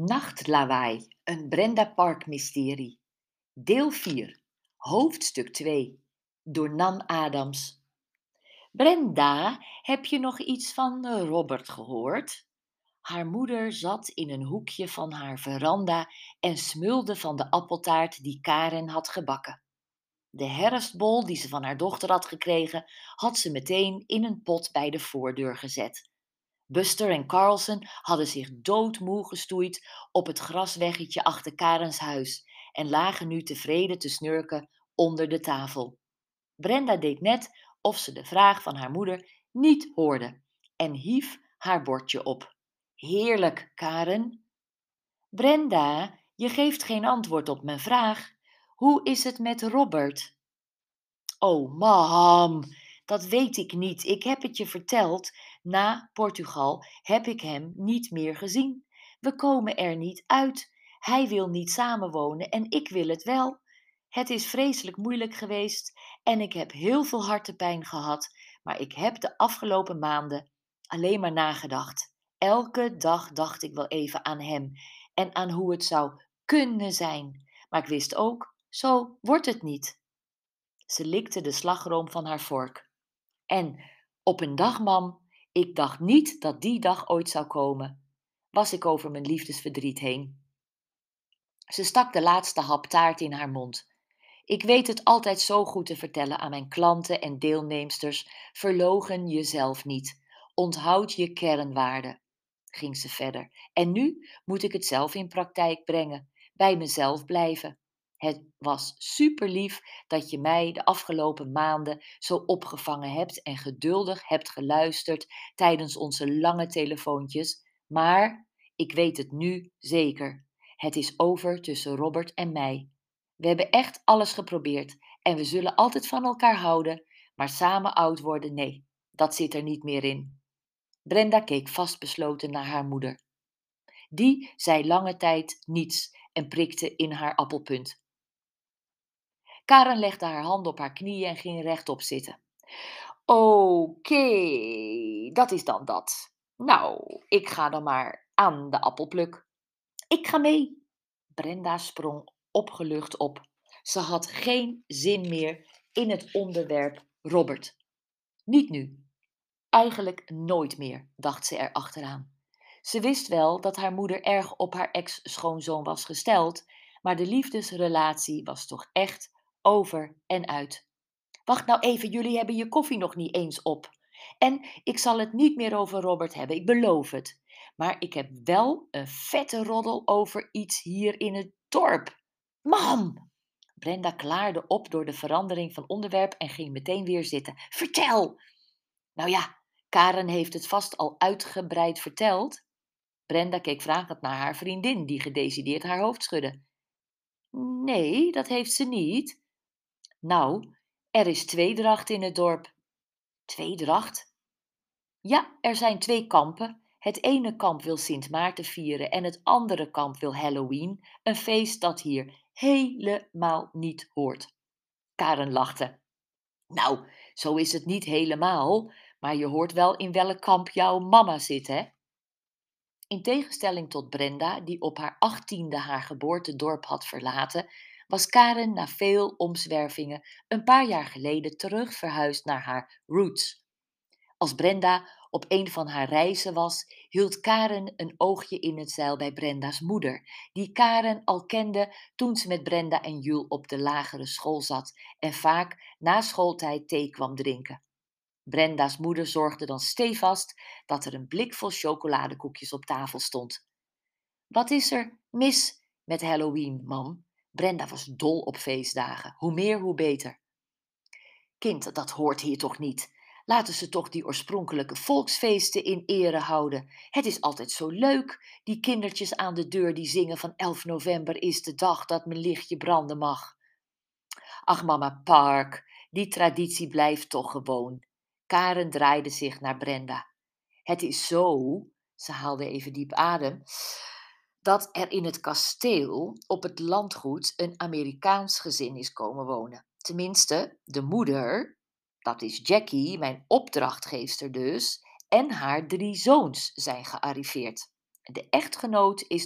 Nachtlawaai, een Brenda Park mysterie. Deel 4, hoofdstuk 2, door Nan Adams. Brenda, heb je nog iets van Robert gehoord? Haar moeder zat in een hoekje van haar veranda en smulde van de appeltaart die Karen had gebakken. De herfstbol die ze van haar dochter had gekregen, had ze meteen in een pot bij de voordeur gezet. Buster en Carlson hadden zich doodmoe gestoeid op het grasweggetje achter Karens huis en lagen nu tevreden te snurken onder de tafel. Brenda deed net of ze de vraag van haar moeder niet hoorde en hief haar bordje op. Heerlijk, Karen. Brenda, je geeft geen antwoord op mijn vraag. Hoe is het met Robert? Oh, mam, dat weet ik niet. Ik heb het je verteld. Na Portugal heb ik hem niet meer gezien. We komen er niet uit. Hij wil niet samenwonen en ik wil het wel. Het is vreselijk moeilijk geweest en ik heb heel veel hartepijn gehad, maar ik heb de afgelopen maanden alleen maar nagedacht. Elke dag dacht ik wel even aan hem en aan hoe het zou kunnen zijn. Maar ik wist ook, zo wordt het niet. Ze likte de slagroom van haar vork. En op een dag, mam, ik dacht niet dat die dag ooit zou komen, was ik over mijn liefdesverdriet heen. Ze stak de laatste hap taart in haar mond. Ik weet het altijd zo goed te vertellen aan mijn klanten en deelnemsters: verloochen jezelf niet. Onthoud je kernwaarden, ging ze verder. En nu moet ik het zelf in praktijk brengen, bij mezelf blijven. Het was super lief dat je mij de afgelopen maanden zo opgevangen hebt en geduldig hebt geluisterd tijdens onze lange telefoontjes, maar ik weet het nu zeker. Het is over tussen Robert en mij. We hebben echt alles geprobeerd en we zullen altijd van elkaar houden, maar samen oud worden, nee, dat zit er niet meer in. Brenda keek vastbesloten naar haar moeder. Die zei lange tijd niets en prikte in haar appelpunt. Karen legde haar handen op haar knieën en ging rechtop zitten. Oké, dat is dan dat. Nou, ik ga dan maar aan de appelpluk. Ik ga mee. Brenda sprong opgelucht op. Ze had geen zin meer in het onderwerp Robert. Niet nu. Eigenlijk nooit meer, dacht ze er achteraan. Ze wist wel dat haar moeder erg op haar ex-schoonzoon was gesteld, maar de liefdesrelatie was toch echt over en uit. Wacht nou even, jullie hebben je koffie nog niet eens op. En ik zal het niet meer over Robert hebben, ik beloof het. Maar ik heb wel een vette roddel over iets hier in het dorp. Mam! Brenda klaarde op door de verandering van onderwerp en ging meteen weer zitten. Vertel! Nou ja, Karen heeft het vast al uitgebreid verteld. Brenda keek vragend naar haar vriendin, die gedecideerd haar hoofd schudde. Nee, dat heeft ze niet. Nou, er is tweedracht in het dorp. Tweedracht? Ja, er zijn twee kampen. Het ene kamp wil Sint Maarten vieren en het andere kamp wil Halloween, een feest dat hier helemaal niet hoort. Karen lachte. Nou, zo is het niet helemaal, maar je hoort wel in welk kamp jouw mama zit, hè? In tegenstelling tot Brenda, die op haar 18e haar geboortedorp had verlaten, was Karen na veel omzwervingen een paar jaar geleden terug verhuisd naar haar roots. Als Brenda op een van haar reizen was, hield Karen een oogje in het zeil bij Brenda's moeder, die Karen al kende toen ze met Brenda en Jules op de lagere school zat en vaak na schooltijd thee kwam drinken. Brenda's moeder zorgde dan stevast dat er een blik vol chocoladekoekjes op tafel stond. Wat is er mis met Halloween, mam? Brenda was dol op feestdagen. Hoe meer, hoe beter. Kind, dat hoort hier toch niet? Laten ze toch die oorspronkelijke volksfeesten in ere houden. Het is altijd zo leuk, die kindertjes aan de deur die zingen van 11 november is de dag dat mijn lichtje branden mag. Ach, mama Park, die traditie blijft toch gewoon. Karen draaide zich naar Brenda. Het is zo, ze haalde even diep adem, dat er in het kasteel op het landgoed een Amerikaans gezin is komen wonen. Tenminste, de moeder, dat is Jackie, mijn opdrachtgeefster dus, en haar 3 zoons zijn gearriveerd. De echtgenoot is nog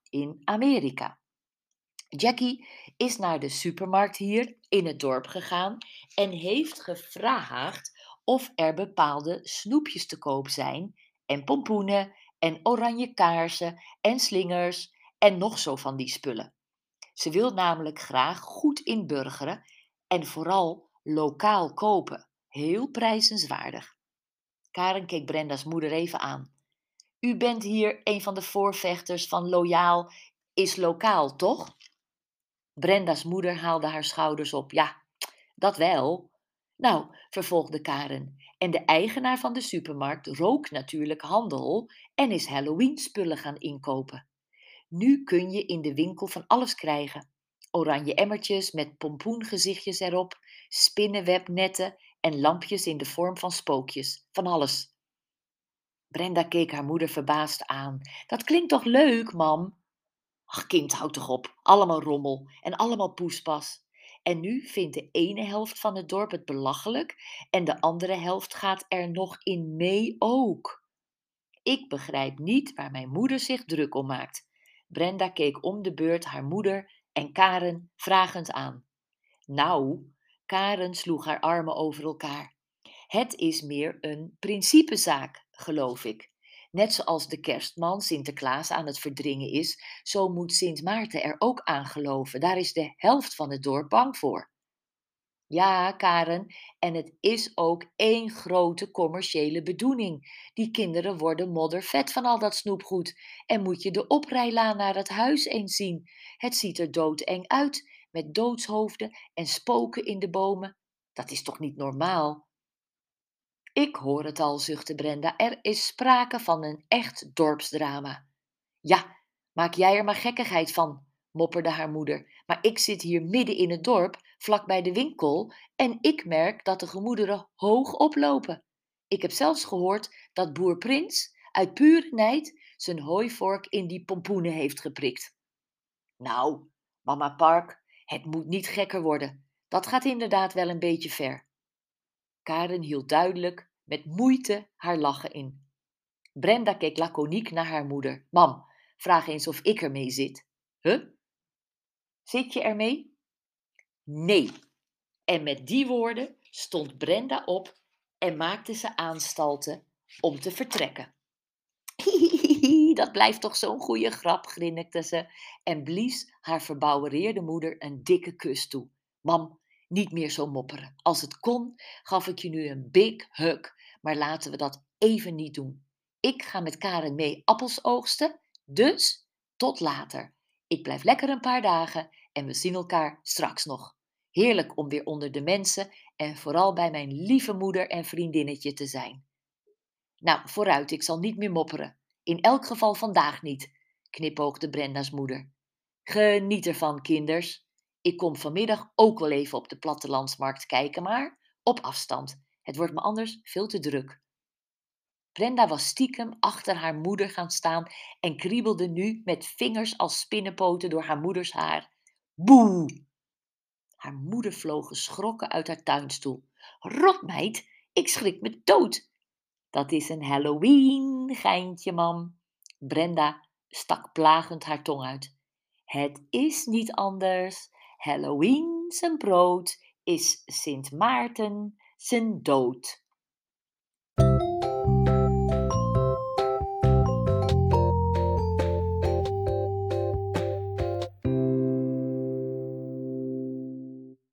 in Amerika. Jackie is naar de supermarkt hier in het dorp gegaan en heeft gevraagd of er bepaalde snoepjes te koop zijn en pompoenen en oranje kaarsen en slingers en nog zo van die spullen. Ze wil namelijk graag goed inburgeren en vooral lokaal kopen. Heel prijzenswaardig. Karen keek Brenda's moeder even aan. U bent hier een van de voorvechters van loyaal is lokaal, toch? Brenda's moeder haalde haar schouders op. Ja, dat wel. Nou, vervolgde Karen, en de eigenaar van de supermarkt rook natuurlijk handel en is Halloween-spullen gaan inkopen. Nu kun je in de winkel van alles krijgen. Oranje emmertjes met pompoengezichtjes erop, spinnenwebnetten en lampjes in de vorm van spookjes. Van alles. Brenda keek haar moeder verbaasd aan. Dat klinkt toch leuk, mam? Ach, kind, houd toch op. Allemaal rommel en allemaal poespas. En nu vindt de ene helft van het dorp het belachelijk en de andere helft gaat er nog in mee ook. Ik begrijp niet waar mijn moeder zich druk om maakt. Brenda keek om de beurt haar moeder en Karen vragend aan. Nou, Karen sloeg haar armen over elkaar. Het is meer een principezaak, geloof ik. Net zoals de kerstman Sinterklaas aan het verdringen is, zo moet Sint Maarten er ook aan geloven. Daar is de helft van het dorp bang voor. Ja, Karen, en het is ook één grote commerciële bedoeling. Die kinderen worden moddervet van al dat snoepgoed. En moet je de oprijlaan naar het huis eens zien. Het ziet er doodeng uit, met doodshoofden en spoken in de bomen. Dat is toch niet normaal? Ik hoor het al, zuchtte Brenda. Er is sprake van een echt dorpsdrama. Ja, maak jij er maar gekkigheid van, mopperde haar moeder. Maar ik zit hier midden in het dorp, vlak bij de winkel, en ik merk dat de gemoederen hoog oplopen. Ik heb zelfs gehoord dat boer Prins uit pure nijd zijn hooivork in die pompoenen heeft geprikt. Nou, mama Park, het moet niet gekker worden. Dat gaat inderdaad wel een beetje ver. Karen hield duidelijk met moeite haar lachen in. Brenda keek laconiek naar haar moeder. Mam, vraag eens of ik ermee zit. Huh? Zit je ermee? Nee. En met die woorden stond Brenda op en maakte ze aanstalten om te vertrekken. Hihihihi, dat blijft toch zo'n goeie grap, grinnikte ze en blies haar verbouwereerde moeder een dikke kus toe. Mam, niet meer zo mopperen. Als het kon, gaf ik je nu een big hug, maar laten we dat even niet doen. Ik ga met Karen mee appels oogsten, dus tot later. Ik blijf lekker een paar dagen en we zien elkaar straks nog. Heerlijk om weer onder de mensen en vooral bij mijn lieve moeder en vriendinnetje te zijn. Nou, vooruit, ik zal niet meer mopperen. In elk geval vandaag niet, knipoogde Brenda's moeder. Geniet ervan, kinders. Ik kom vanmiddag ook wel even op de plattelandsmarkt kijken, maar op afstand. Het wordt me anders veel te druk. Brenda was stiekem achter haar moeder gaan staan en kriebelde nu met vingers als spinnenpoten door haar moeders haar. Boe! Haar moeder vloog geschrokken uit haar tuinstoel. Rotmeid, ik schrik me dood. Dat is een Halloween-geintje, mam. Brenda stak plagend haar tong uit. Het is niet anders. Halloween zijn brood is Sint Maarten zijn dood.